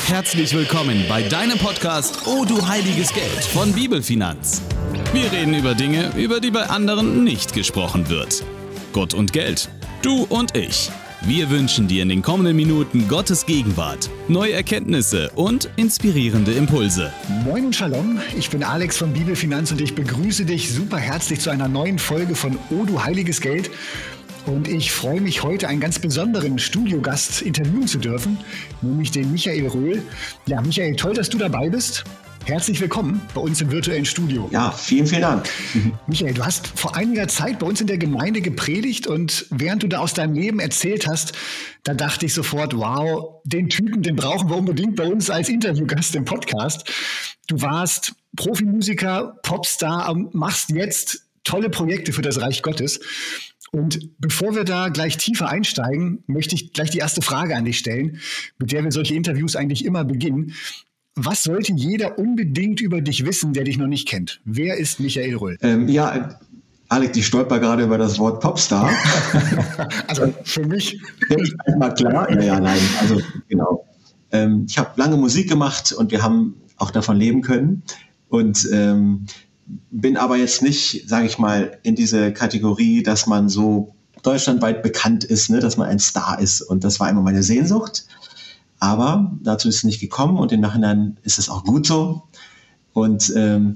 Herzlich willkommen bei deinem Podcast Oh du heiliges Geld von Bibelfinanz. Wir reden über Dinge, über die bei anderen nicht gesprochen wird. Gott und Geld, du und ich. Wir wünschen dir in den kommenden Minuten Gottes Gegenwart, neue Erkenntnisse und inspirierende Impulse. Moin und Shalom, ich bin Alex von Bibelfinanz und ich begrüße dich super herzlich zu einer neuen Folge von Oh du heiliges Geld. Und ich freue mich, heute einen ganz besonderen Studiogast interviewen zu dürfen, nämlich den Michael Röhl. Ja, Michael, toll, dass du dabei bist. Herzlich willkommen bei uns im virtuellen Studio. Ja, vielen, vielen Dank. Michael, du hast vor einiger Zeit bei uns in der Gemeinde gepredigt und während du da aus deinem Leben erzählt hast, da dachte ich sofort, wow, den Typen, den brauchen wir unbedingt bei uns als Interviewgast im Podcast. Du warst Profimusiker, Popstar und machst jetzt tolle Projekte für das Reich Gottes. Und bevor wir da gleich tiefer einsteigen, möchte ich gleich die erste Frage an dich stellen, mit der wir solche Interviews eigentlich immer beginnen. Was sollte jeder unbedingt über dich wissen, der dich noch nicht kennt? Wer ist Michael Röhl? Alex, ich stolper gerade über das Wort Popstar. Also für mich. Ist einmal klar. Nein. Also genau. Ich habe lange Musik gemacht und wir haben auch davon leben können. Und bin aber jetzt nicht, sage ich mal, in diese Kategorie, dass man so deutschlandweit bekannt ist, ne, dass man ein Star ist. Und das war immer meine Sehnsucht. Aber dazu ist es nicht gekommen und im Nachhinein ist es auch gut so. Und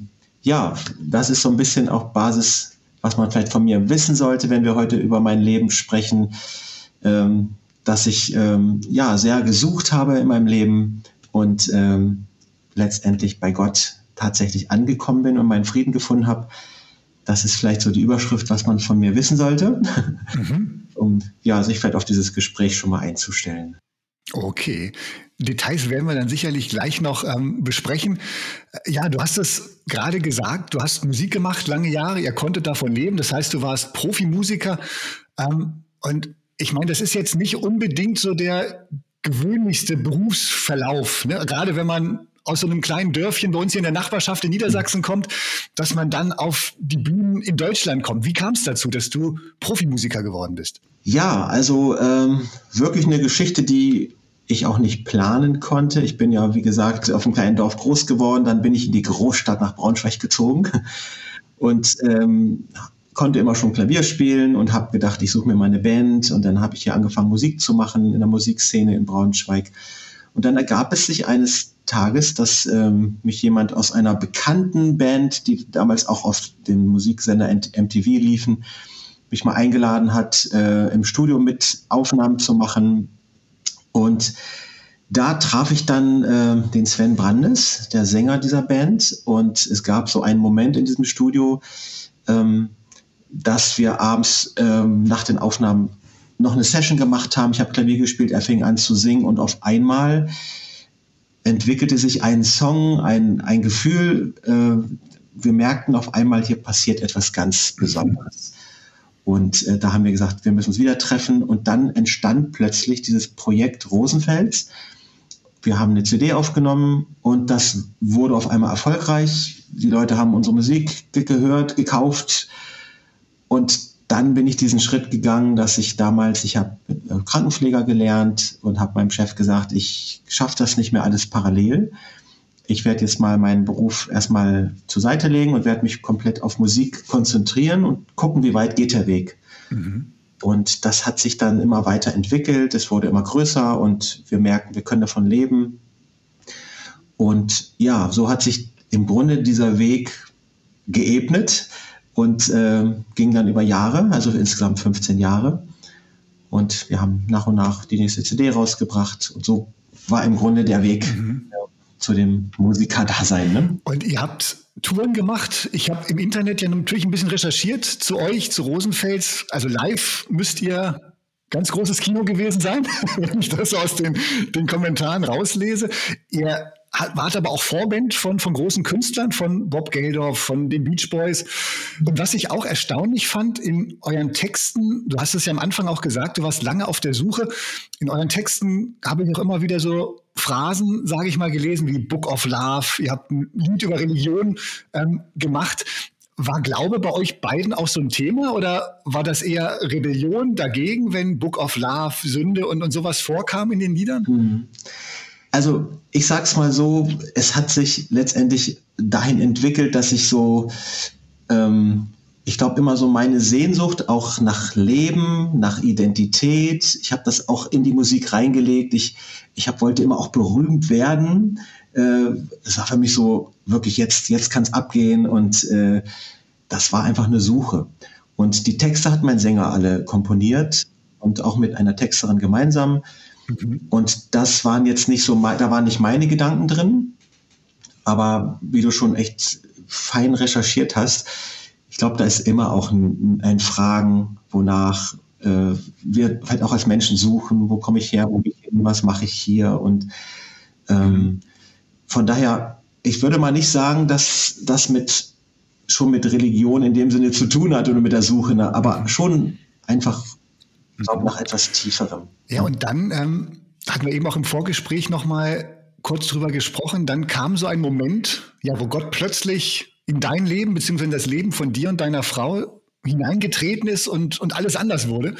das ist so ein bisschen auch Basis, was man vielleicht von mir wissen sollte, wenn wir heute über mein Leben sprechen, dass ich sehr gesucht habe in meinem Leben und letztendlich bei Gott tatsächlich angekommen bin und meinen Frieden gefunden habe. Das ist vielleicht so die Überschrift, was man von mir wissen sollte, um sich vielleicht auf dieses Gespräch schon mal einzustellen. Okay, Details werden wir dann sicherlich gleich noch besprechen. Ja, du hast es gerade gesagt, du hast Musik gemacht, lange Jahre, ihr konntet davon leben, das heißt, du warst Profimusiker und ich meine, das ist jetzt nicht unbedingt so der gewöhnlichste Berufsverlauf, ne? Gerade wenn man aus so einem kleinen Dörfchen bei uns hier in der Nachbarschaft in Niedersachsen kommt, dass man dann auf die Bühnen in Deutschland kommt. Wie kam es dazu, dass du Profimusiker geworden bist? Ja, also wirklich eine Geschichte, die ich auch nicht planen konnte. Ich bin ja, wie gesagt, auf einem kleinen Dorf groß geworden. Dann bin ich in die Großstadt nach Braunschweig gezogen und konnte immer schon Klavier spielen und habe gedacht, ich suche mir mal eine Band. Und dann habe ich hier angefangen, Musik zu machen in der Musikszene in Braunschweig. Und dann ergab es sich eines Tages, dass mich jemand aus einer bekannten Band, die damals auch auf dem Musiksender MTV liefen, mich mal eingeladen hat, im Studio mit Aufnahmen zu machen. Und da traf ich dann den Sven Brandes, der Sänger dieser Band. Und es gab so einen Moment in diesem Studio, dass wir abends nach den Aufnahmen noch eine Session gemacht haben. Ich habe Klavier gespielt, er fing an zu singen und auf einmal entwickelte sich ein Song, ein Gefühl. Wir merkten auf einmal, hier passiert etwas ganz Besonderes. Und da haben wir gesagt, wir müssen uns wieder treffen. Und dann entstand plötzlich dieses Projekt Rosenfels. Wir haben eine CD aufgenommen und das wurde auf einmal erfolgreich. Die Leute haben unsere Musik gehört, gekauft. Und dann bin ich diesen Schritt gegangen, dass ich habe Krankenpfleger gelernt und habe meinem Chef gesagt, ich schaffe das nicht mehr alles parallel. Ich werde jetzt mal meinen Beruf erstmal zur Seite legen und werde mich komplett auf Musik konzentrieren und gucken, wie weit geht der Weg. Und das hat sich dann immer weiter entwickelt. Es wurde immer größer und wir merken, wir können davon leben. Und ja, so hat sich im Grunde dieser Weg geebnet. Und ging dann über Jahre, also insgesamt 15 Jahre. Und wir haben nach und nach die nächste CD rausgebracht. Und so war im Grunde der Weg zu dem Musiker-Dasein. Ne? Und ihr habt Touren gemacht. Ich habe im Internet ja natürlich ein bisschen recherchiert zu euch, zu Rosenfels. Also live müsst ihr ganz großes Kino gewesen sein, wenn ich das so aus den Kommentaren rauslese. Ihr wart aber auch Vorband von großen Künstlern, von Bob Geldof, von den Beach Boys. Und was ich auch erstaunlich fand in euren Texten, du hast es ja am Anfang auch gesagt, du warst lange auf der Suche. In euren Texten habe ich auch immer wieder so Phrasen, sage ich mal, gelesen wie Book of Love. Ihr habt ein Lied über Religion gemacht. War Glaube bei euch beiden auch so ein Thema oder war das eher Rebellion dagegen, wenn Book of Love, Sünde und sowas vorkam in den Liedern? Also ich sag's mal so, es hat sich letztendlich dahin entwickelt, dass ich so, ich glaube immer so meine Sehnsucht auch nach Leben, nach Identität, ich habe das auch in die Musik reingelegt, ich wollte immer auch berühmt werden. Das war für mich so wirklich, jetzt kann's abgehen und das war einfach eine Suche. Und die Texte hat mein Sänger alle komponiert und auch mit einer Texterin gemeinsam. Und das waren jetzt nicht so, da waren nicht meine Gedanken drin, aber wie du schon echt fein recherchiert hast, ich glaube, da ist immer auch ein Fragen, wonach wir halt auch als Menschen suchen, wo komme ich her, wo gehe ich hin, was mache ich hier und von daher, ich würde mal nicht sagen, dass das schon mit Religion in dem Sinne zu tun hat oder mit der Suche, ne? Aber schon einfach, ich glaube, nach etwas Tieferem. Ja, und dann hatten wir eben auch im Vorgespräch noch mal kurz drüber gesprochen. Dann kam so ein Moment, ja, wo Gott plötzlich in dein Leben beziehungsweise in das Leben von dir und deiner Frau hineingetreten ist und alles anders wurde.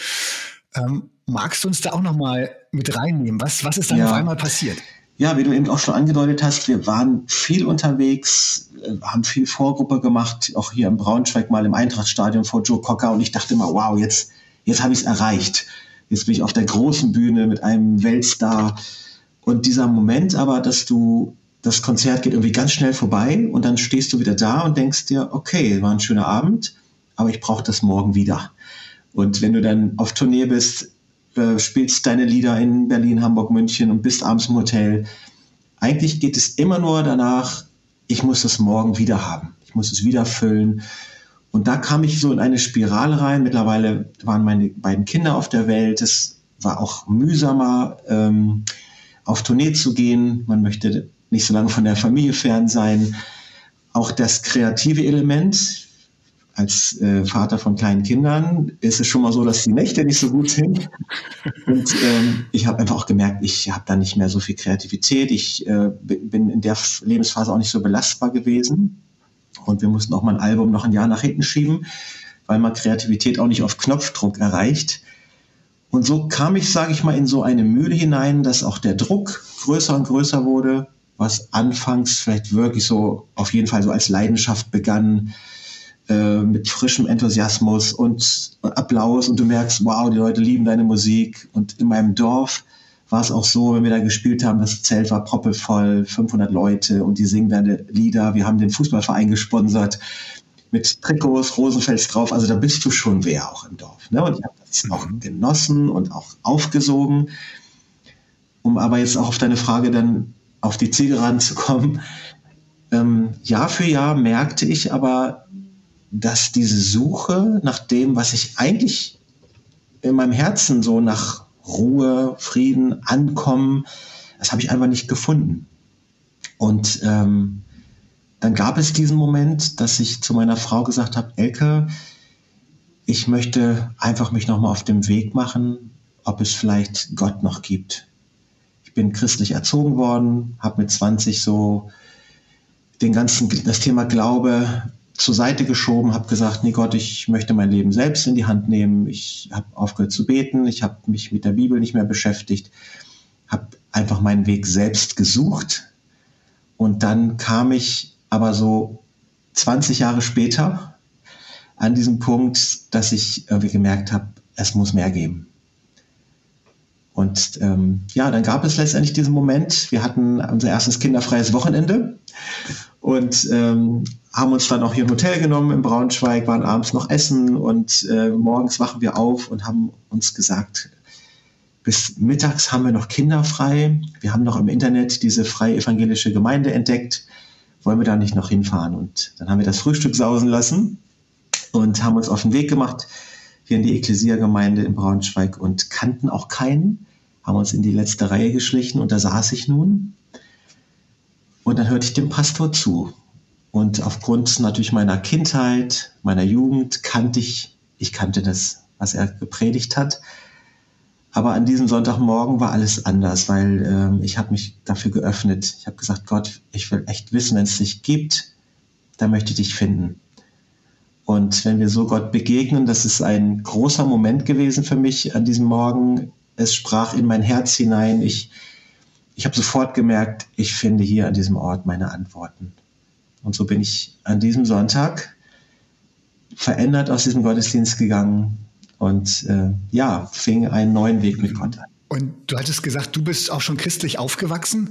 Magst du uns da auch noch mal mit reinnehmen? Was ist dann auf einmal passiert? Ja, wie du eben auch schon angedeutet hast, wir waren viel unterwegs, haben viel Vorgruppe gemacht, auch hier im Braunschweig mal im Eintrachtstadion vor Joe Cocker und ich dachte immer, wow, jetzt habe ich es erreicht. Jetzt bin ich auf der großen Bühne mit einem Weltstar und dieser Moment aber, das Konzert geht irgendwie ganz schnell vorbei und dann stehst du wieder da und denkst dir, okay, war ein schöner Abend, aber ich brauche das morgen wieder. Und wenn du dann auf Tournee bist, spielst deine Lieder in Berlin, Hamburg, München und bist abends im Hotel. Eigentlich geht es immer nur danach, ich muss das morgen wieder haben. Ich muss es wieder füllen. Und da kam ich so in eine Spirale rein. Mittlerweile waren meine beiden Kinder auf der Welt. Es war auch mühsamer, auf Tournee zu gehen. Man möchte nicht so lange von der Familie fern sein. Auch das kreative Element, als Vater von kleinen Kindern ist es schon mal so, dass die Nächte nicht so gut sind. Und ich habe einfach auch gemerkt, ich habe da nicht mehr so viel Kreativität. Ich bin in der Lebensphase auch nicht so belastbar gewesen. Und wir mussten auch mal ein Album noch ein Jahr nach hinten schieben, weil man Kreativität auch nicht auf Knopfdruck erreicht. Und so kam ich, sage ich mal, in so eine Mühle hinein, dass auch der Druck größer und größer wurde, was anfangs vielleicht wirklich so auf jeden Fall so als Leidenschaft begann, mit frischem Enthusiasmus und Applaus und du merkst, wow, die Leute lieben deine Musik. Und in meinem Dorf war es auch so, wenn wir da gespielt haben, das Zelt war proppevoll, 500 Leute und die singen deine Lieder. Wir haben den Fußballverein gesponsert mit Trikots, Rosenfels drauf. Also da bist du schon wer auch im Dorf. Ne? Und ich habe das auch genossen und auch aufgesogen. Um aber jetzt auch auf deine Frage dann auf die Zielgeraden zu kommen. Jahr für Jahr merkte ich aber, dass diese Suche nach dem, was ich eigentlich in meinem Herzen so nach Ruhe, Frieden, Ankommen, das habe ich einfach nicht gefunden. Und dann gab es diesen Moment, dass ich zu meiner Frau gesagt habe, Elke, ich möchte einfach mich nochmal auf den Weg machen, ob es vielleicht Gott noch gibt. Ich bin christlich erzogen worden, habe mit 20 so das Thema Glaube zur Seite geschoben, habe gesagt, nee Gott, ich möchte mein Leben selbst in die Hand nehmen. Ich habe aufgehört zu beten, ich habe mich mit der Bibel nicht mehr beschäftigt, habe einfach meinen Weg selbst gesucht. Und dann kam ich aber so 20 Jahre später an diesem Punkt, dass ich irgendwie gemerkt habe, es muss mehr geben. Und dann gab es letztendlich diesen Moment. Wir hatten unser erstes kinderfreies Wochenende und haben uns dann auch hier ein Hotel genommen in Braunschweig, waren abends noch essen und morgens wachen wir auf und haben uns gesagt, bis mittags haben wir noch kinderfrei. Wir haben noch im Internet diese freie evangelische Gemeinde entdeckt. Wollen wir da nicht noch hinfahren? Und dann haben wir das Frühstück sausen lassen und haben uns auf den Weg gemacht hier in die Ekklesia-Gemeinde in Braunschweig und kannten auch keinen, haben uns in die letzte Reihe geschlichen und da saß ich nun und dann hörte ich dem Pastor zu. Und aufgrund natürlich meiner Kindheit, meiner Jugend kannte ich das, was er gepredigt hat. Aber an diesem Sonntagmorgen war alles anders, weil ich habe mich dafür geöffnet. Ich habe gesagt, Gott, ich will echt wissen, wenn es dich gibt, dann möchte ich dich finden. Und wenn wir so Gott begegnen, das ist ein großer Moment gewesen für mich an diesem Morgen. Es sprach in mein Herz hinein. Ich ich habe sofort gemerkt, ich finde hier an diesem Ort meine Antworten. Und so bin ich an diesem Sonntag verändert aus diesem Gottesdienst gegangen und fing einen neuen Weg mit Gott an. Und du hattest gesagt, du bist auch schon christlich aufgewachsen.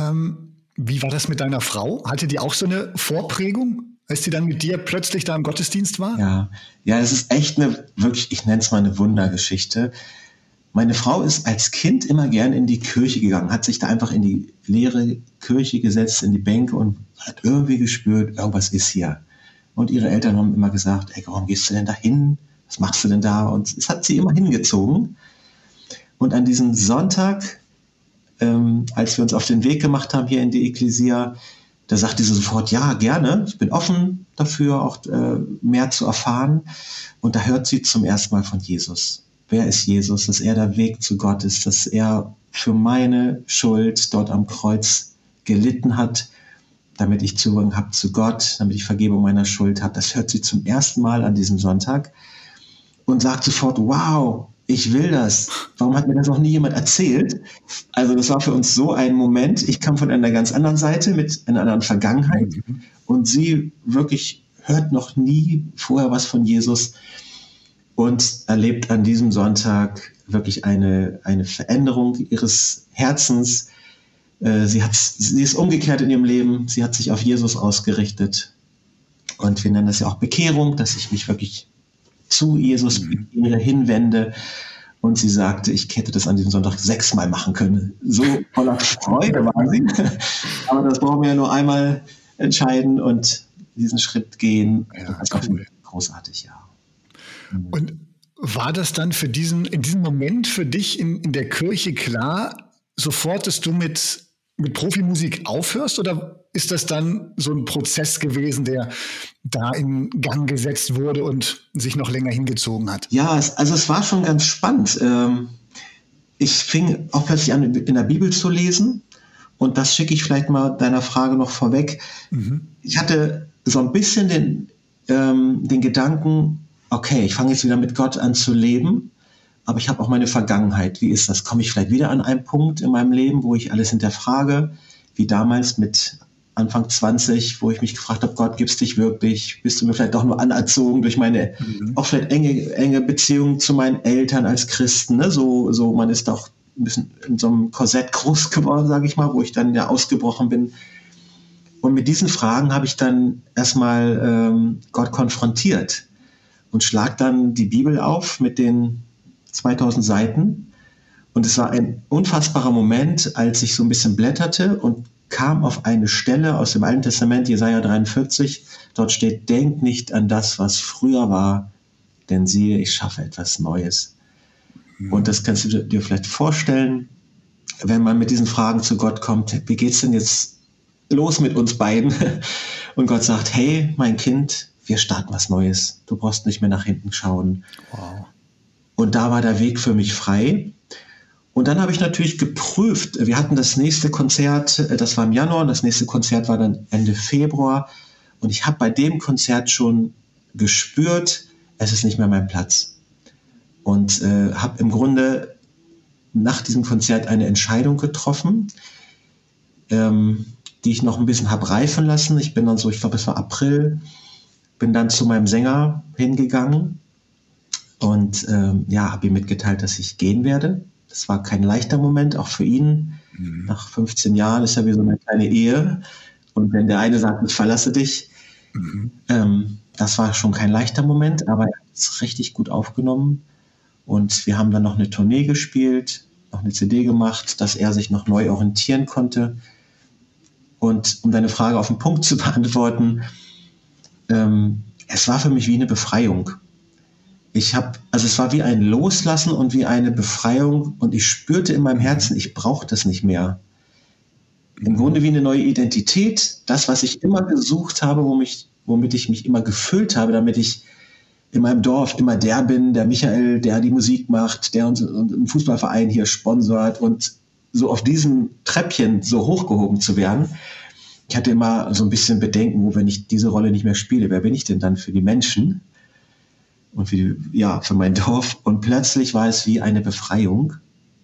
Wie war das mit deiner Frau? Hatte die auch so eine Vorprägung, als die dann mit dir plötzlich da im Gottesdienst war? Ja, es ist echt wirklich, ich nenne es mal eine Wundergeschichte. Meine Frau ist als Kind immer gern in die Kirche gegangen, hat sich da einfach in die leere Kirche gesetzt, in die Bänke und hat irgendwie gespürt, irgendwas ist hier. Und ihre Eltern haben immer gesagt, ey, warum gehst du denn da hin? Was machst du denn da? Und es hat sie immer hingezogen. Und an diesem Sonntag, als wir uns auf den Weg gemacht haben hier in die Ekklesia, da sagte sie sofort, ja, gerne, ich bin offen dafür, auch mehr zu erfahren. Und da hört sie zum ersten Mal von Jesus. Wer ist Jesus? Dass er der Weg zu Gott ist, dass er für meine Schuld dort am Kreuz gelitten hat, damit ich Zugang habe zu Gott, damit ich Vergebung meiner Schuld habe. Das hört sie zum ersten Mal an diesem Sonntag und sagt sofort, wow, ich will das. Warum hat mir das noch nie jemand erzählt? Also das war für uns so ein Moment. Ich kam von einer ganz anderen Seite mit einer anderen Vergangenheit und sie wirklich hört noch nie vorher was von Jesus und erlebt an diesem Sonntag wirklich eine Veränderung ihres Herzens. Sie ist umgekehrt in ihrem Leben. Sie hat sich auf Jesus ausgerichtet. Und wir nennen das ja auch Bekehrung, dass ich mich wirklich zu Jesus hinwende. Und sie sagte, ich hätte das an diesem Sonntag 6-mal machen können. So voller Freude war sie. Aber das brauchen wir ja nur einmal entscheiden und diesen Schritt gehen. Ja, das war cool. Großartig, ja. Und war das dann in diesem Moment für dich in der Kirche klar, sofort, dass du mit Profimusik aufhörst? Oder ist das dann so ein Prozess gewesen, der da in Gang gesetzt wurde und sich noch länger hingezogen hat? Ja, es war schon ganz spannend. Ich fing auch plötzlich an, in der Bibel zu lesen. Und das schicke ich vielleicht mal deiner Frage noch vorweg. Ich hatte so ein bisschen den Gedanken, okay, ich fange jetzt wieder mit Gott an zu leben, aber ich habe auch meine Vergangenheit. Wie ist das? Komme ich vielleicht wieder an einen Punkt in meinem Leben, wo ich alles hinterfrage, wie damals mit Anfang 20, wo ich mich gefragt habe, Gott, gibt's dich wirklich? Bist du mir vielleicht doch nur anerzogen durch meine auch vielleicht enge Beziehung zu meinen Eltern als Christen? Ne? So man ist doch ein bisschen in so einem Korsett groß geworden, sage ich mal, wo ich dann ja ausgebrochen bin. Und mit diesen Fragen habe ich dann erstmal Gott konfrontiert und schlag dann die Bibel auf mit den 2000 Seiten. Und es war ein unfassbarer Moment, als ich so ein bisschen blätterte und kam auf eine Stelle aus dem Alten Testament, Jesaja 43. Dort steht, denk nicht an das, was früher war, denn siehe, ich schaffe etwas Neues. Und das kannst du dir vielleicht vorstellen, wenn man mit diesen Fragen zu Gott kommt, wie geht's denn jetzt los mit uns beiden? Und Gott sagt, hey, mein Kind, wir starten was Neues. Du brauchst nicht mehr nach hinten schauen. Wow. Und da war der Weg für mich frei. Und dann habe ich natürlich geprüft. Wir hatten das nächste Konzert, das war im Januar, und das nächste Konzert war dann Ende Februar. Und ich habe bei dem Konzert schon gespürt, es ist nicht mehr mein Platz. Und habe im Grunde nach diesem Konzert eine Entscheidung getroffen, die ich noch ein bisschen habe reifen lassen. Ich bin dann so, ich glaube, es war April, bin dann zu meinem Sänger hingegangen und habe ihm mitgeteilt, dass ich gehen werde. Das war kein leichter Moment, auch für ihn. Nach 15 Jahren ist ja wie so eine kleine Ehe. Und wenn der eine sagt, ich verlasse dich, das war schon kein leichter Moment, aber er hat es richtig gut aufgenommen. Und wir haben dann noch eine Tournee gespielt, noch eine CD gemacht, dass er sich noch neu orientieren konnte. Und um deine Frage auf den Punkt zu beantworten, es war für mich wie eine Befreiung. Es war wie ein Loslassen und wie eine Befreiung und ich spürte in meinem Herzen, ich brauche das nicht mehr. Im Grunde wie eine neue Identität, das, was ich immer gesucht habe, womit ich mich immer gefüllt habe, damit ich in meinem Dorf immer der bin, der Michael, der die Musik macht, der uns einen Fußballverein hier sponsort und so auf diesem Treppchen so hochgehoben zu werden. Ich hatte immer so ein bisschen Bedenken, wenn ich diese Rolle nicht mehr spiele, wer bin ich denn dann für die Menschen? Und für mein Dorf. Und plötzlich war es wie eine Befreiung.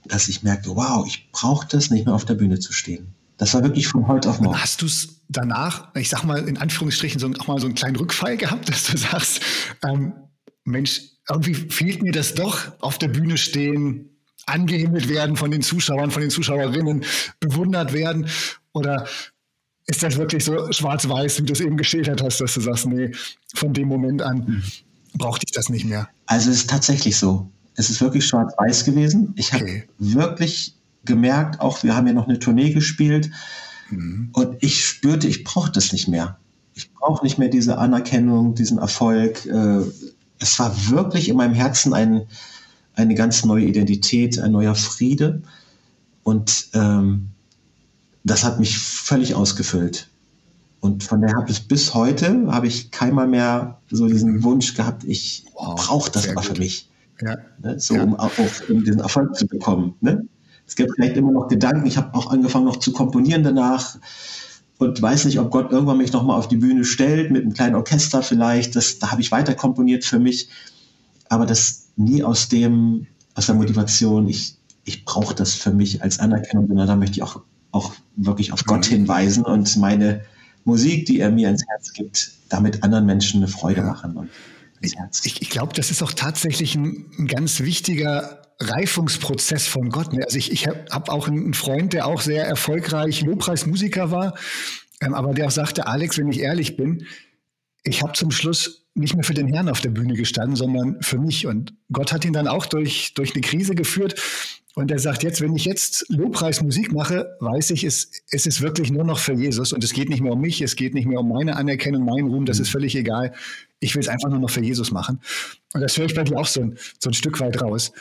dass ich merkte, wow, ich brauche das nicht mehr auf der Bühne zu stehen. Das war wirklich von heute auf morgen. Hast du es danach, ich sag mal in Anführungsstrichen, auch mal so einen kleinen Rückfall gehabt, dass du sagst, Mensch, irgendwie fehlt mir das doch, auf der Bühne stehen, angehimmelt werden von den Zuschauern, von den Zuschauerinnen, bewundert werden? Oder ist das wirklich so schwarz-weiß, wie du es eben geschildert hast, dass du sagst, nee, von dem Moment an brauchte ich das nicht mehr? Also es ist tatsächlich so. Es ist wirklich schwarz-weiß gewesen. Ich habe wirklich gemerkt, auch wir haben ja noch eine Tournee gespielt und ich spürte, ich brauche das nicht mehr. Ich brauche nicht mehr diese Anerkennung, diesen Erfolg. Es war wirklich in meinem Herzen eine ganz neue Identität, ein neuer Friede und das hat mich völlig ausgefüllt. Und von daher habe ich bis heute, habe ich keinmal mehr so diesen Wunsch gehabt, ich brauche das aber für mich. Ja. Ne? So, um diesen Erfolg zu bekommen. Ne? Es gibt vielleicht immer noch Gedanken, ich habe auch angefangen noch zu komponieren danach und weiß nicht, ob Gott irgendwann mich nochmal auf die Bühne stellt, mit einem kleinen Orchester vielleicht, da habe ich weiter komponiert für mich, aber das nie aus der Motivation, ich brauche das für mich als Anerkennung, sondern da möchte ich auch wirklich auf Gott hinweisen und meine Musik, die er mir ins Herz gibt, damit anderen Menschen eine Freude machen und ins Herz. Ich glaube, das ist auch tatsächlich ein ganz wichtiger Reifungsprozess von Gott. Also ich habe auch einen Freund, der auch sehr erfolgreich Lobpreismusiker war, aber der auch sagte, Alex, wenn ich ehrlich bin, ich habe zum Schluss nicht mehr für den Herrn auf der Bühne gestanden, sondern für mich. Und Gott hat ihn dann auch durch eine Krise geführt. Und er sagt jetzt, wenn ich jetzt Lobpreismusik mache, weiß ich, es ist wirklich nur noch für Jesus. Und es geht nicht mehr um mich, es geht nicht mehr um meine Anerkennung, meinen Ruhm, das ist völlig egal. Ich will es einfach nur noch für Jesus machen. Und das höre ich bei dir auch so ein Stück weit raus,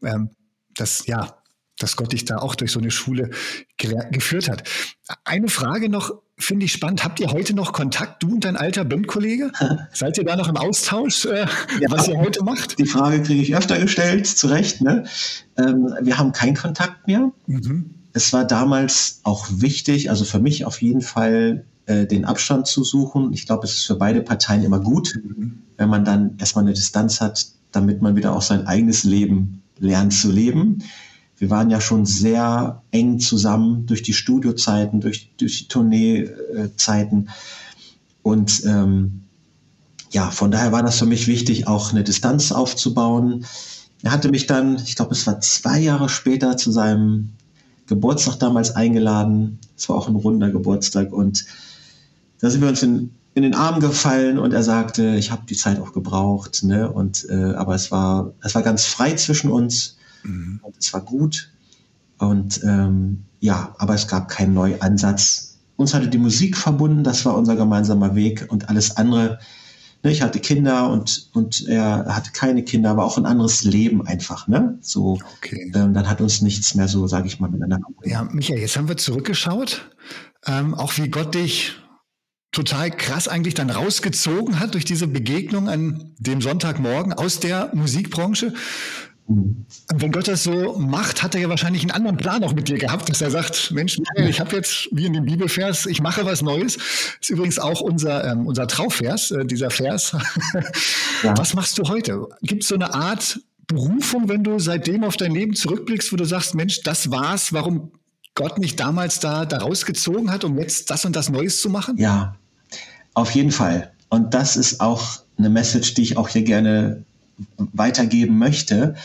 dass Gott dich da auch durch so eine Schule geführt hat. Eine Frage noch, finde ich spannend. Habt ihr heute noch Kontakt, du und dein alter Bandkollege? Seid ihr da noch im Austausch, was ihr heute macht? Die Frage kriege ich öfter gestellt, zu Recht. Ne? Wir haben keinen Kontakt mehr. Es war damals auch wichtig, also für mich auf jeden Fall, den Abstand zu suchen. Ich glaube, es ist für beide Parteien immer gut, wenn man dann erstmal eine Distanz hat, damit man wieder auch sein eigenes Leben lernt zu leben. Wir waren ja schon sehr eng zusammen durch die Studiozeiten, durch die Tourneezeiten. Und von daher war das für mich wichtig, auch eine Distanz aufzubauen. Er hatte mich dann, ich glaube, es war 2 Jahre später, zu seinem Geburtstag damals eingeladen. Es war auch ein runder Geburtstag. Und da sind wir uns in den Arm gefallen und er sagte, ich habe die Zeit auch gebraucht. Ne? Aber es war ganz frei zwischen uns. Und es war gut und aber es gab keinen Neuansatz. Uns hatte die Musik verbunden, das war unser gemeinsamer Weg und alles andere. Ne, ich hatte Kinder und er hatte keine Kinder, aber auch ein anderes Leben einfach. Ne? So, okay. Dann hat uns nichts mehr so, sage ich mal, miteinander verbunden. Ja, Michael, jetzt haben wir zurückgeschaut, auch wie Gott dich total krass eigentlich dann rausgezogen hat durch diese Begegnung an dem Sonntagmorgen aus der Musikbranche. Und wenn Gott das so macht, hat er ja wahrscheinlich einen anderen Plan auch mit dir gehabt, dass er sagt, Mensch, ich habe jetzt, wie in dem Bibelvers, ich mache was Neues. Ist übrigens auch unser Trauvers, dieser Vers. Ja. Was machst du heute? Gibt es so eine Art Berufung, wenn du seitdem auf dein Leben zurückblickst, wo du sagst, Mensch, das war's, warum Gott mich damals da rausgezogen hat, um jetzt das und das Neues zu machen? Ja, auf jeden Fall. Und das ist auch eine Message, die ich auch hier gerne weitergeben möchte,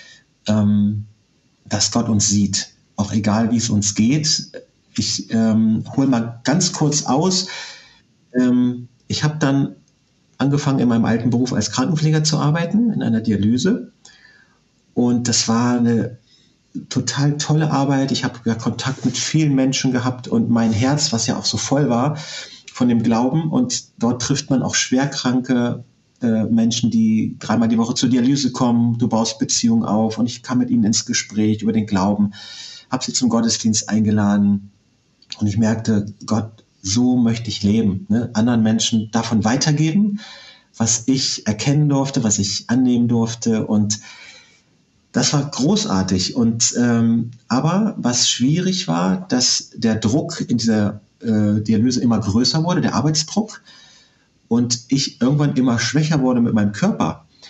dass Gott uns sieht, auch egal wie es uns geht. Ich hole mal ganz kurz aus. Ich habe dann angefangen in meinem alten Beruf als Krankenpfleger zu arbeiten, in einer Dialyse und das war eine total tolle Arbeit. Ich habe ja Kontakt mit vielen Menschen gehabt und mein Herz, was ja auch so voll war von dem Glauben und dort trifft man auch schwerkranke Menschen, die 3-mal die Woche zur Dialyse kommen, du baust Beziehungen auf und ich kam mit ihnen ins Gespräch über den Glauben, habe sie zum Gottesdienst eingeladen und ich merkte, Gott, so möchte ich leben, ne? Anderen Menschen davon weitergeben, was ich erkennen durfte, was ich annehmen durfte und das war großartig und aber was schwierig war, dass der Druck in dieser Dialyse immer größer wurde, der Arbeitsdruck, und ich irgendwann immer schwächer wurde mit meinem Körper.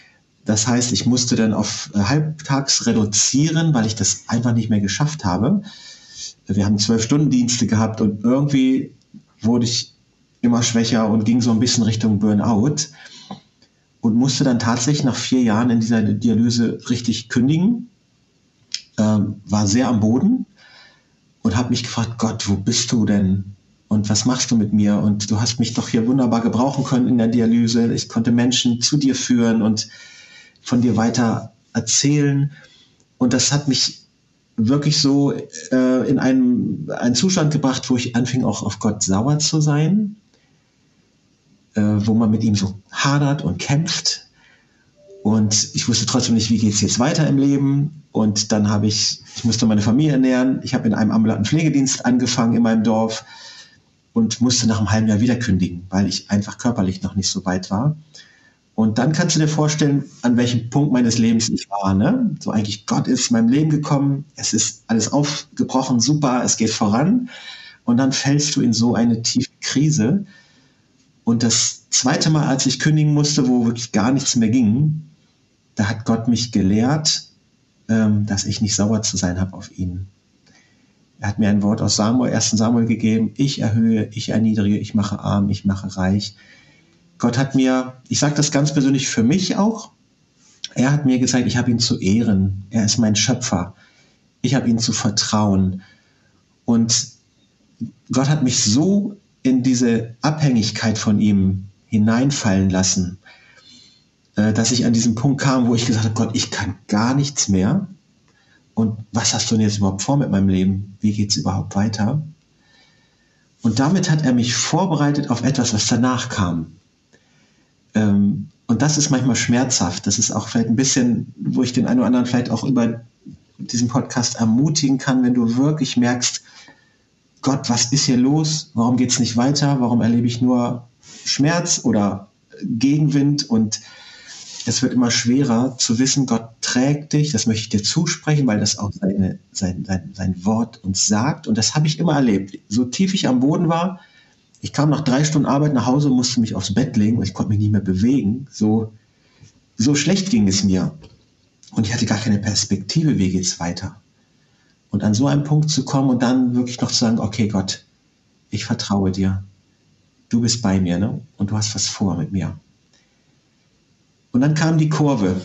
Das heißt, ich musste dann auf halbtags reduzieren, weil ich das einfach nicht mehr geschafft habe. Wir haben 12-Stunden-Dienste gehabt und irgendwie wurde ich immer schwächer und ging so ein bisschen Richtung Burnout und musste dann tatsächlich nach 4 Jahren in dieser Dialyse richtig kündigen. War sehr am Boden und habe mich gefragt, Gott, wo bist du denn? Und was machst du mit mir? Und du hast mich doch hier wunderbar gebrauchen können in der Dialyse. Ich konnte Menschen zu dir führen und von dir weiter erzählen. Und das hat mich wirklich so in einen Zustand gebracht, wo ich anfing, auch auf Gott sauer zu sein, wo man mit ihm so hadert und kämpft. Und ich wusste trotzdem nicht, wie geht es jetzt weiter im Leben. Und dann ich musste meine Familie ernähren. Ich habe in einem ambulanten Pflegedienst angefangen in meinem Dorf und musste nach einem halben Jahr wieder kündigen, weil ich einfach körperlich noch nicht so weit war. Und dann kannst du dir vorstellen, an welchem Punkt meines Lebens ich war. Ne? So eigentlich, Gott ist in meinem Leben gekommen, es ist alles aufgebrochen, super, es geht voran. Und dann fällst du in so eine tiefe Krise. Und das zweite Mal, als ich kündigen musste, wo wirklich gar nichts mehr ging, da hat Gott mich gelehrt, dass ich nicht sauer zu sein habe auf ihn. Er hat mir ein Wort aus 1. Samuel gegeben, ich erhöhe, ich erniedrige, ich mache arm, ich mache reich. Gott hat mir, ich sage das ganz persönlich für mich auch, er hat mir gezeigt, ich habe ihn zu ehren. Er ist mein Schöpfer. Ich habe ihn zu vertrauen. Und Gott hat mich so in diese Abhängigkeit von ihm hineinfallen lassen, dass ich an diesen Punkt kam, wo ich gesagt habe, Gott, ich kann gar nichts mehr. Und was hast du denn jetzt überhaupt vor mit meinem Leben? Wie geht es überhaupt weiter? Und damit hat er mich vorbereitet auf etwas, was danach kam. Und das ist manchmal schmerzhaft. Das ist auch vielleicht ein bisschen, wo ich den einen oder anderen vielleicht auch über diesen Podcast ermutigen kann, wenn du wirklich merkst, Gott, was ist hier los? Warum geht es nicht weiter? Warum erlebe ich nur Schmerz oder Gegenwind? Und es wird immer schwerer zu wissen, Gott trägt dich. Das möchte ich dir zusprechen, weil das auch sein Wort uns sagt. Und das habe ich immer erlebt. So tief ich am Boden war, ich kam nach 3 Stunden Arbeit nach Hause, musste mich aufs Bett legen und ich konnte mich nicht mehr bewegen. So schlecht ging es mir. Und ich hatte gar keine Perspektive, wie geht es weiter. Und an so einen Punkt zu kommen und dann wirklich noch zu sagen, okay Gott, ich vertraue dir. Du bist bei mir, ne? Und du hast was vor mit mir. Und dann kam die Kurve.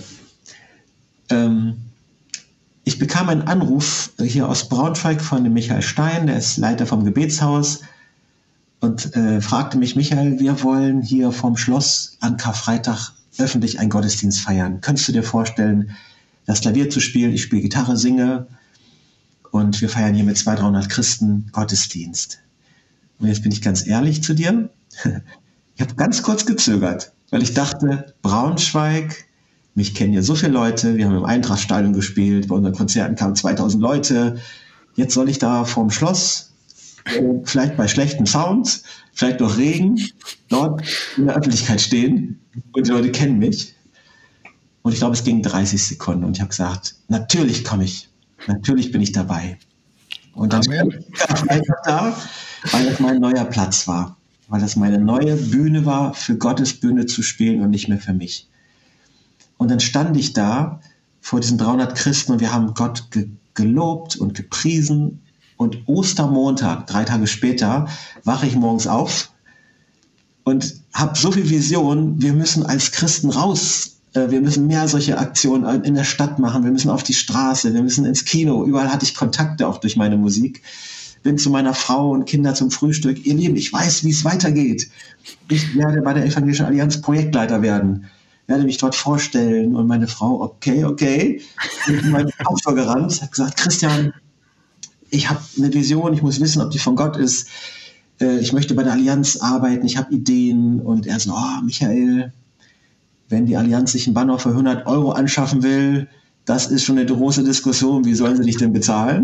Ich bekam einen Anruf hier aus Braunschweig von dem Michael Stein, der ist Leiter vom Gebetshaus, und fragte mich, Michael, wir wollen hier vom Schloss an Karfreitag öffentlich einen Gottesdienst feiern. Könntest du dir vorstellen, das Klavier zu spielen? Ich spiele Gitarre, singe und wir feiern hier mit 200-300 Christen Gottesdienst. Und jetzt bin ich ganz ehrlich zu dir. Ich habe ganz kurz gezögert, weil ich dachte, Braunschweig, mich kennen ja so viele Leute, wir haben im Eintrachtstadion gespielt, bei unseren Konzerten kamen 2000 Leute, jetzt soll ich da vorm Schloss, vielleicht bei schlechtem Sound, vielleicht durch Regen, dort in der Öffentlichkeit stehen und die Leute kennen mich. Und ich glaube, es ging 30 Sekunden und ich habe gesagt, natürlich komme ich, natürlich bin ich dabei. Und dann bin ich einfach da, weil das mein neuer Platz war, weil das meine neue Bühne war, für Gottes Bühne zu spielen und nicht mehr für mich. Und dann stand ich da vor diesen 300 Christen und wir haben Gott gelobt und gepriesen. Und Ostermontag, 3 Tage später, wache ich morgens auf und habe so viel Vision, wir müssen als Christen raus. Wir müssen mehr solche Aktionen in der Stadt machen, wir müssen auf die Straße, wir müssen ins Kino. Überall hatte ich Kontakte, auch durch meine Musik. Bin zu meiner Frau und Kinder zum Frühstück. Ihr Lieben, ich weiß, wie es weitergeht. Ich werde bei der Evangelischen Allianz Projektleiter werden. Werde mich dort vorstellen. Und meine Frau, okay. Ich bin meinen Pastor gerannt, hat gesagt, Christian, ich habe eine Vision, ich muss wissen, ob die von Gott ist. Ich möchte bei der Allianz arbeiten, ich habe Ideen. Und er so, Michael, wenn die Allianz sich einen Banner für 100 € anschaffen will, das ist schon eine große Diskussion, wie sollen sie dich denn bezahlen?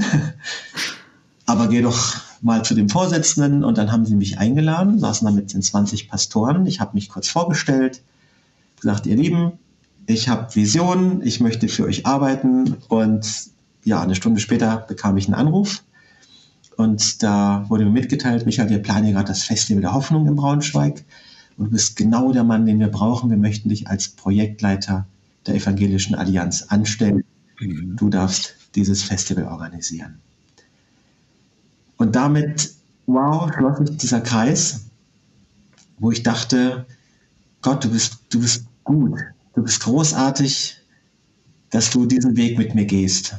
Aber geh doch mal zu dem Vorsitzenden. Und dann haben sie mich eingeladen, saßen da mit den 20 Pastoren. Ich habe mich kurz vorgestellt, gesagt, ihr Lieben, ich habe Visionen, ich möchte für euch arbeiten. Und ja, eine Stunde später bekam ich einen Anruf und da wurde mir mitgeteilt, Michael, wir planen hier gerade das Festival der Hoffnung in Braunschweig und du bist genau der Mann, den wir brauchen. Wir möchten dich als Projektleiter der Evangelischen Allianz anstellen. Du darfst dieses Festival organisieren. Und damit, wow, schloss sich dieser Kreis, wo ich dachte, Gott, du bist gut, du bist großartig, dass du diesen Weg mit mir gehst.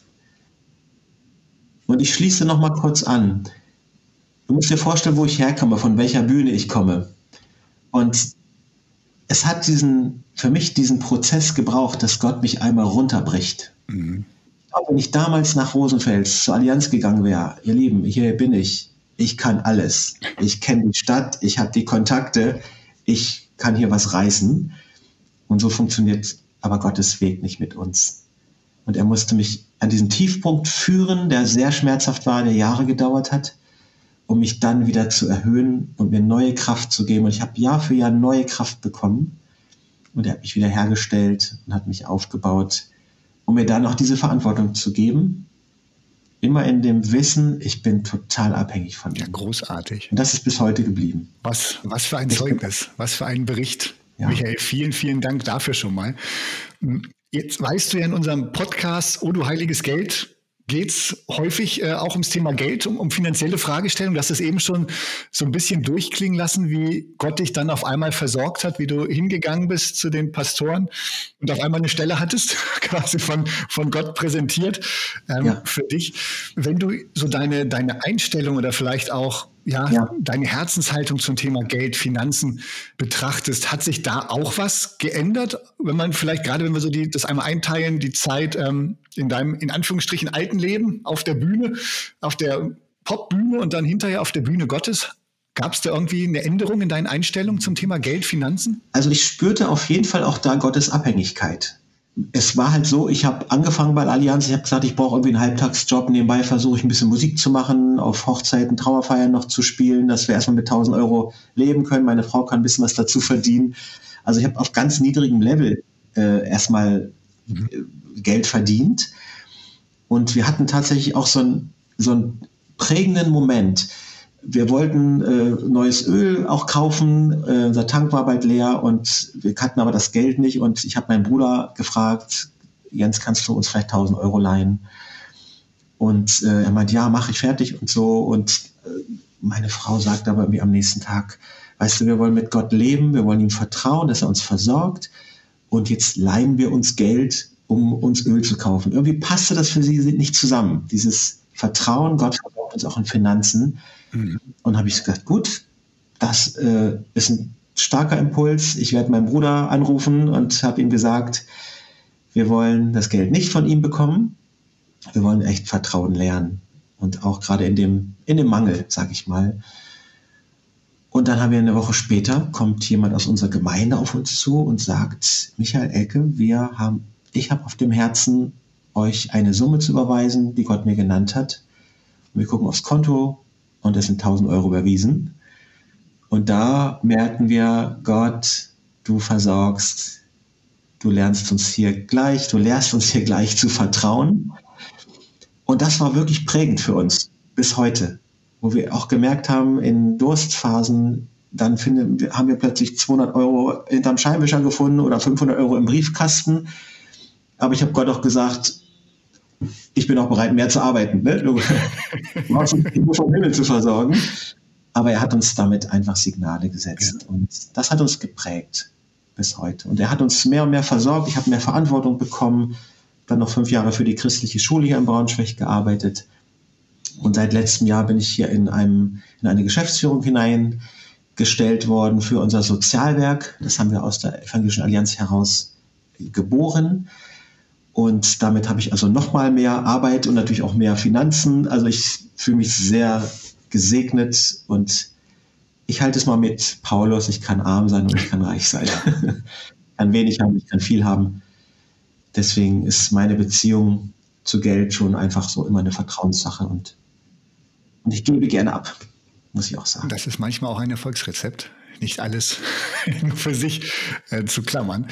Und ich schließe noch mal kurz an. Du musst dir vorstellen, wo ich herkomme, von welcher Bühne ich komme. Und es hat für mich diesen Prozess gebraucht, dass Gott mich einmal runterbricht. Wenn ich damals nach Rosenfels zur Allianz gegangen wäre, ihr Lieben, hier bin ich kann alles. Ich kenne die Stadt, ich habe die Kontakte, ich kann hier was reißen. Und so funktioniert aber Gottes Weg nicht mit uns. Und er musste mich an diesen Tiefpunkt führen, der sehr schmerzhaft war, der Jahre gedauert hat, um mich dann wieder zu erhöhen und mir neue Kraft zu geben. Und ich habe Jahr für Jahr neue Kraft bekommen. Und er hat mich wieder hergestellt und hat mich aufgebaut, um mir dann auch diese Verantwortung zu geben. Immer in dem Wissen, ich bin total abhängig von ihm. Ja, großartig. Und das ist bis heute geblieben. Was für ein Zeugnis, was für ein Bericht. Ja. Michael, vielen, vielen Dank dafür schon mal. Jetzt weißt du ja in unserem Podcast, Oh du heiliges Geld, geht es häufig auch ums Thema Geld, um finanzielle Fragestellungen. Du hast es eben schon so ein bisschen durchklingen lassen, wie Gott dich dann auf einmal versorgt hat, wie du hingegangen bist zu den Pastoren und auf einmal eine Stelle hattest, quasi von Gott präsentiert für dich. Wenn du so deine Einstellung oder vielleicht auch deine Herzenshaltung zum Thema Geld, Finanzen betrachtest, hat sich da auch was geändert? Wenn man vielleicht, gerade wenn wir so das einmal einteilen, die Zeit in deinem, in Anführungsstrichen, alten Leben auf der Bühne, auf der Popbühne und dann hinterher auf der Bühne Gottes, gab es da irgendwie eine Änderung in deinen Einstellungen zum Thema Geld, Finanzen? Also ich spürte auf jeden Fall auch da Gottes Abhängigkeit. Es war halt so, ich habe angefangen bei der Allianz, ich habe gesagt, ich brauche irgendwie einen Halbtagsjob, nebenbei versuche ich ein bisschen Musik zu machen, auf Hochzeiten, Trauerfeiern noch zu spielen, dass wir erstmal mit 1.000 Euro leben können, meine Frau kann ein bisschen was dazu verdienen. Also ich habe auf ganz niedrigem Level erstmal Geld verdient und wir hatten tatsächlich auch so einen prägenden Moment. Wir wollten neues Öl auch kaufen, unser Tank war bald leer und wir hatten aber das Geld nicht und ich habe meinen Bruder gefragt, Jens, kannst du uns vielleicht 1.000 Euro leihen? Und er meint, ja, mache ich fertig und so und meine Frau sagt aber irgendwie am nächsten Tag, weißt du, wir wollen mit Gott leben, wir wollen ihm vertrauen, dass er uns versorgt und jetzt leihen wir uns Geld, um uns Öl zu kaufen. Irgendwie passte das für sie nicht zusammen, dieses Vertrauen, Gott versorgt uns auch in Finanzen. Und habe ich gesagt, gut, das ist ein starker Impuls. Ich werde meinen Bruder anrufen und habe ihm gesagt, wir wollen das Geld nicht von ihm bekommen. Wir wollen echt Vertrauen lernen. Und auch gerade in dem Mangel, sage ich mal. Und dann haben wir eine Woche später, kommt jemand aus unserer Gemeinde auf uns zu und sagt, Michael, Elke, ich habe auf dem Herzen, euch eine Summe zu überweisen, die Gott mir genannt hat. Und wir gucken aufs Konto, und es sind 1.000 Euro überwiesen. Und da merken wir, Gott, du versorgst, du lehrst uns hier gleich zu vertrauen. Und das war wirklich prägend für uns bis heute, wo wir auch gemerkt haben, in Durstphasen, dann haben wir plötzlich 200 Euro hinterm Scheinwischer gefunden oder 500 Euro im Briefkasten. Aber ich habe Gott auch gesagt, ich bin auch bereit, mehr zu arbeiten. Ne? Du brauchst uns nur vom Himmel zu versorgen. Aber er hat uns damit einfach Signale gesetzt. Ja. Und das hat uns geprägt bis heute. Und er hat uns mehr und mehr versorgt. Ich habe mehr Verantwortung bekommen. Dann noch 5 Jahre für die christliche Schule hier in Braunschweig gearbeitet. Und seit letztem Jahr bin ich hier in eine Geschäftsführung hineingestellt worden für unser Sozialwerk. Das haben wir aus der Evangelischen Allianz heraus geboren. Und damit habe ich also nochmal mehr Arbeit und natürlich auch mehr Finanzen. Also ich fühle mich sehr gesegnet und ich halte es mal mit Paulus, ich kann arm sein und ich kann reich sein. Ich kann wenig haben, ich kann viel haben. Deswegen ist meine Beziehung zu Geld schon einfach so immer eine Vertrauenssache und ich gebe gerne ab, muss ich auch sagen. Das ist manchmal auch ein Erfolgsrezept, nicht alles nur für sich zu klammern.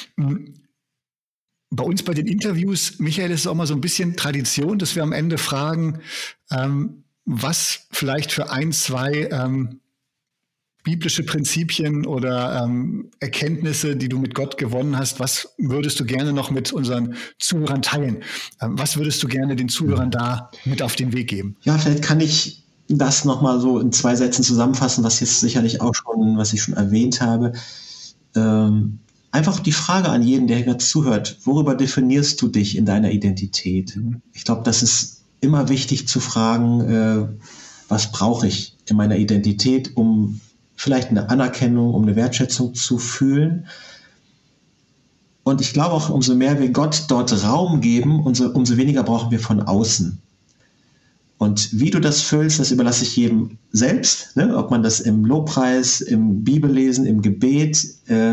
Bei uns bei den Interviews, Michael, ist es auch mal so ein bisschen Tradition, dass wir am Ende fragen, was vielleicht für 1, 2 biblische Prinzipien oder Erkenntnisse, die du mit Gott gewonnen hast, was würdest du gerne noch mit unseren Zuhörern teilen? Was würdest du gerne den Zuhörern da mit auf den Weg geben? Ja, vielleicht kann ich das nochmal so in 2 Sätzen zusammenfassen, was jetzt sicherlich auch schon, was ich schon erwähnt habe. Einfach die Frage an jeden, der gerade zuhört: Worüber definierst du dich in deiner Identität? Ich glaube, das ist immer wichtig zu fragen, was brauche ich in meiner Identität, um vielleicht eine Anerkennung, um eine Wertschätzung zu fühlen. Und ich glaube auch, umso mehr wir Gott dort Raum geben, umso weniger brauchen wir von außen. Und wie du das füllst, das überlasse ich jedem selbst, ne? Ob man das im Lobpreis, im Bibellesen, im Gebet,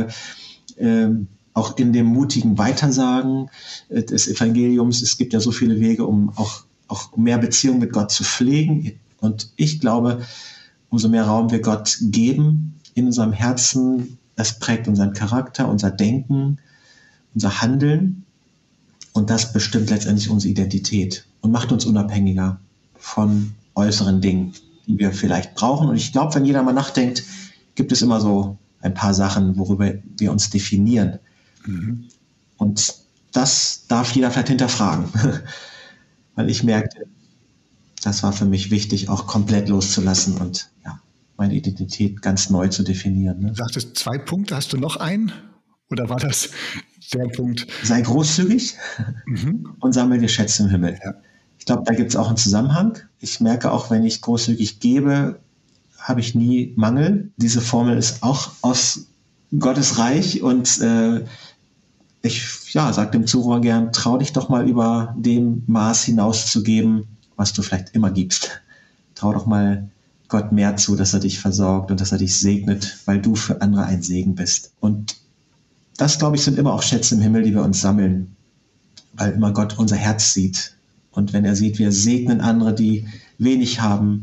auch in dem mutigen Weitersagen des Evangeliums. Es gibt ja so viele Wege, um auch mehr Beziehung mit Gott zu pflegen. Und ich glaube, umso mehr Raum wir Gott geben in unserem Herzen, das prägt unseren Charakter, unser Denken, unser Handeln. Und das bestimmt letztendlich unsere Identität und macht uns unabhängiger von äußeren Dingen, die wir vielleicht brauchen. Und ich glaube, wenn jeder mal nachdenkt, gibt es immer so ein paar Sachen, worüber wir uns definieren. Und das darf jeder vielleicht hinterfragen. Weil ich merkte, das war für mich wichtig, auch komplett loszulassen und meine Identität ganz neu zu definieren. Ne? Du sagtest 2 Punkte, hast du noch einen? Oder war das der Punkt? Sei großzügig und sammle dir Schätze im Himmel. Ja. Ich glaube, da gibt es auch einen Zusammenhang. Ich merke auch, wenn ich großzügig gebe, habe ich nie Mangel. Diese Formel ist auch aus Gottes Reich und ich sage dem Zuhörer gern: Trau dich doch mal über dem Maß hinauszugeben, was du vielleicht immer gibst. Trau doch mal Gott mehr zu, dass er dich versorgt und dass er dich segnet, weil du für andere ein Segen bist. Und das, glaube ich, sind immer auch Schätze im Himmel, die wir uns sammeln, weil immer Gott unser Herz sieht. Und wenn er sieht, wir segnen andere, die wenig haben,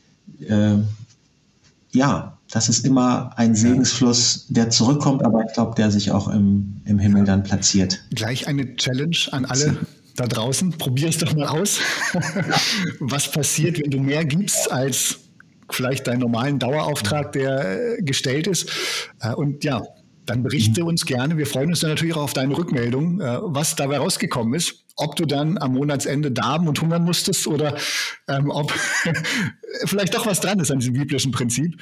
das ist immer ein Segensfluss, der zurückkommt, aber ich glaube, der sich auch im Himmel dann platziert. Gleich eine Challenge an alle da draußen. Probier es doch mal aus. Was passiert, wenn du mehr gibst als vielleicht deinen normalen Dauerauftrag, der gestellt ist? Und dann berichte uns gerne. Wir freuen uns dann natürlich auch auf deine Rückmeldung, was dabei rausgekommen ist. Ob du dann am Monatsende darben und hungern musstest oder ob vielleicht doch was dran ist an diesem biblischen Prinzip.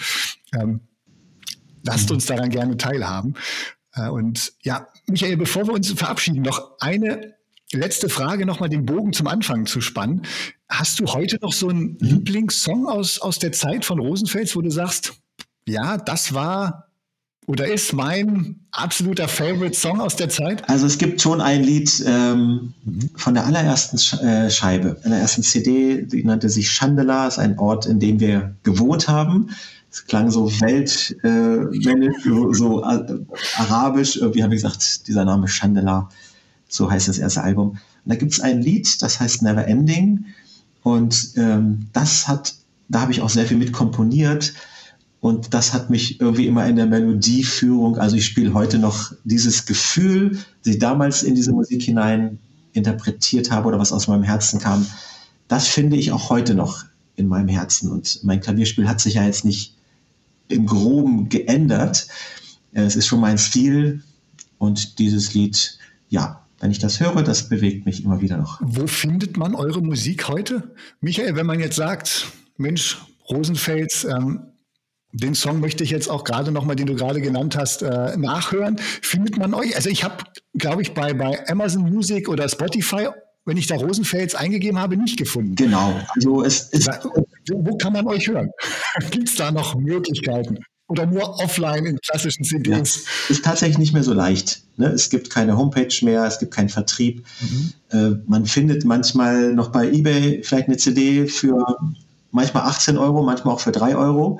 Lasst uns daran gerne teilhaben. Und Michael, bevor wir uns verabschieden, noch eine letzte Frage, nochmal den Bogen zum Anfang zu spannen. Hast du heute noch so einen Lieblingssong aus der Zeit von Rosenfels, wo du sagst, das war oder ist mein absoluter Favorite-Song aus der Zeit? Also es gibt schon ein Lied von der allerersten Scheibe, einer ersten CD, die nannte sich Chandela, ist ein Ort, in dem wir gewohnt haben. Es klang so weltmännisch, so arabisch. Irgendwie habe ich gesagt, dieser Name Chandela, so heißt das erste Album. Und da gibt es ein Lied, das heißt Never Ending. Und da habe ich auch sehr viel mit komponiert. Und das hat mich irgendwie immer in der Melodieführung, also ich spiele heute noch dieses Gefühl, das ich damals in diese Musik hinein interpretiert habe oder was aus meinem Herzen kam, das finde ich auch heute noch in meinem Herzen. Und mein Klavierspiel hat sich ja jetzt nicht im Groben geändert. Es ist schon mein Stil und dieses Lied, wenn ich das höre, das bewegt mich immer wieder noch. Wo findet man eure Musik heute? Michael, wenn man jetzt sagt, Mensch, Rosenfels, den Song möchte ich jetzt auch gerade nochmal, den du gerade genannt hast, nachhören. Findet man euch? Also ich habe, glaube ich, bei Amazon Music oder Spotify, wenn ich da Rosenfels eingegeben habe, nicht gefunden. Genau. Also wo kann man euch hören? Gibt es da noch Möglichkeiten? Oder nur offline in klassischen CDs? Ist tatsächlich nicht mehr so leicht. Ne? Es gibt keine Homepage mehr, es gibt keinen Vertrieb. Man findet manchmal noch bei eBay vielleicht eine CD für manchmal 18 €, manchmal auch für 3 €.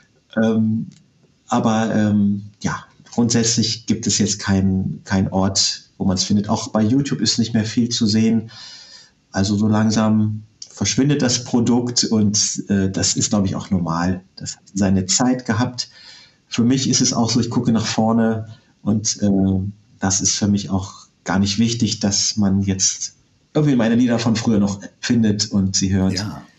Grundsätzlich gibt es jetzt keinen Ort, wo man es findet. Auch bei YouTube ist nicht mehr viel zu sehen. Also so langsam verschwindet das Produkt und das ist, glaube ich, auch normal. Das hat seine Zeit gehabt. Für mich ist es auch so, ich gucke nach vorne und das ist für mich auch gar nicht wichtig, dass man jetzt irgendwie meine Lieder von früher noch findet und sie hört. Ja.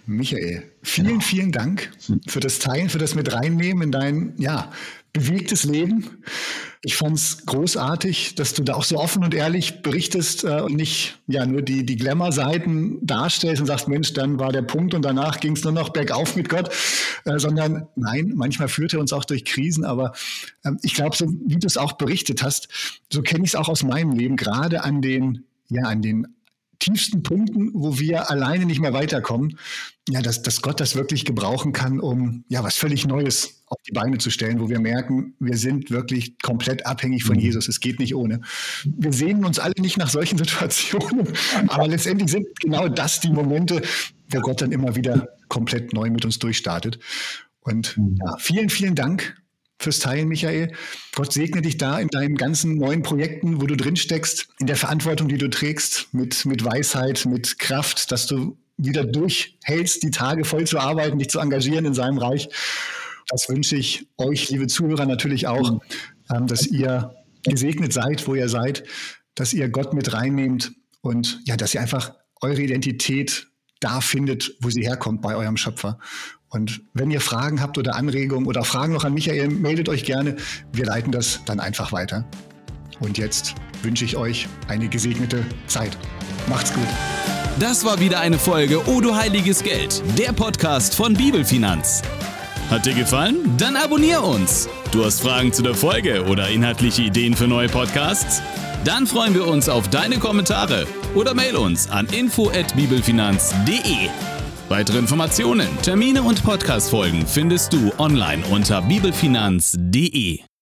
Michael, vielen Dank für das Teilen, für das mit reinnehmen in dein, bewegtes Leben. Ich fand es großartig, dass du da auch so offen und ehrlich berichtest und nicht nur die Glamour-Seiten darstellst und sagst, Mensch, dann war der Punkt und danach ging es nur noch bergauf mit Gott, sondern nein, manchmal führt er uns auch durch Krisen, aber ich glaube, so wie du es auch berichtet hast, so kenne ich es auch aus meinem Leben, gerade an den tiefsten Punkten, wo wir alleine nicht mehr weiterkommen, dass Gott das wirklich gebrauchen kann, um was völlig Neues auf die Beine zu stellen, wo wir merken, wir sind wirklich komplett abhängig von Jesus. Es geht nicht ohne. Wir sehnen uns alle nicht nach solchen Situationen, aber letztendlich sind genau das die Momente, wo Gott dann immer wieder komplett neu mit uns durchstartet. Und vielen Dank fürs Teilen, Michael. Gott segne dich da in deinen ganzen neuen Projekten, wo du drin steckst, in der Verantwortung, die du trägst, mit Weisheit, mit Kraft, dass du wieder durchhältst, die Tage voll zu arbeiten, dich zu engagieren in seinem Reich. Das wünsche ich euch, liebe Zuhörer, natürlich auch, dass ihr gesegnet seid, wo ihr seid, dass ihr Gott mit reinnehmt und dass ihr einfach eure Identität da findet, wo sie herkommt, bei eurem Schöpfer. Und wenn ihr Fragen habt oder Anregungen oder Fragen noch an Michael, meldet euch gerne. Wir leiten das dann einfach weiter. Und jetzt wünsche ich euch eine gesegnete Zeit. Macht's gut. Das war wieder eine Folge O du heiliges Geld, der Podcast von Bibelfinanz. Hat dir gefallen? Dann abonnier uns. Du hast Fragen zu der Folge oder inhaltliche Ideen für neue Podcasts? Dann freuen wir uns auf deine Kommentare oder mail uns an info@bibelfinanz.de. Weitere Informationen, Termine und Podcast-Folgen findest du online unter bibelfinanz.de.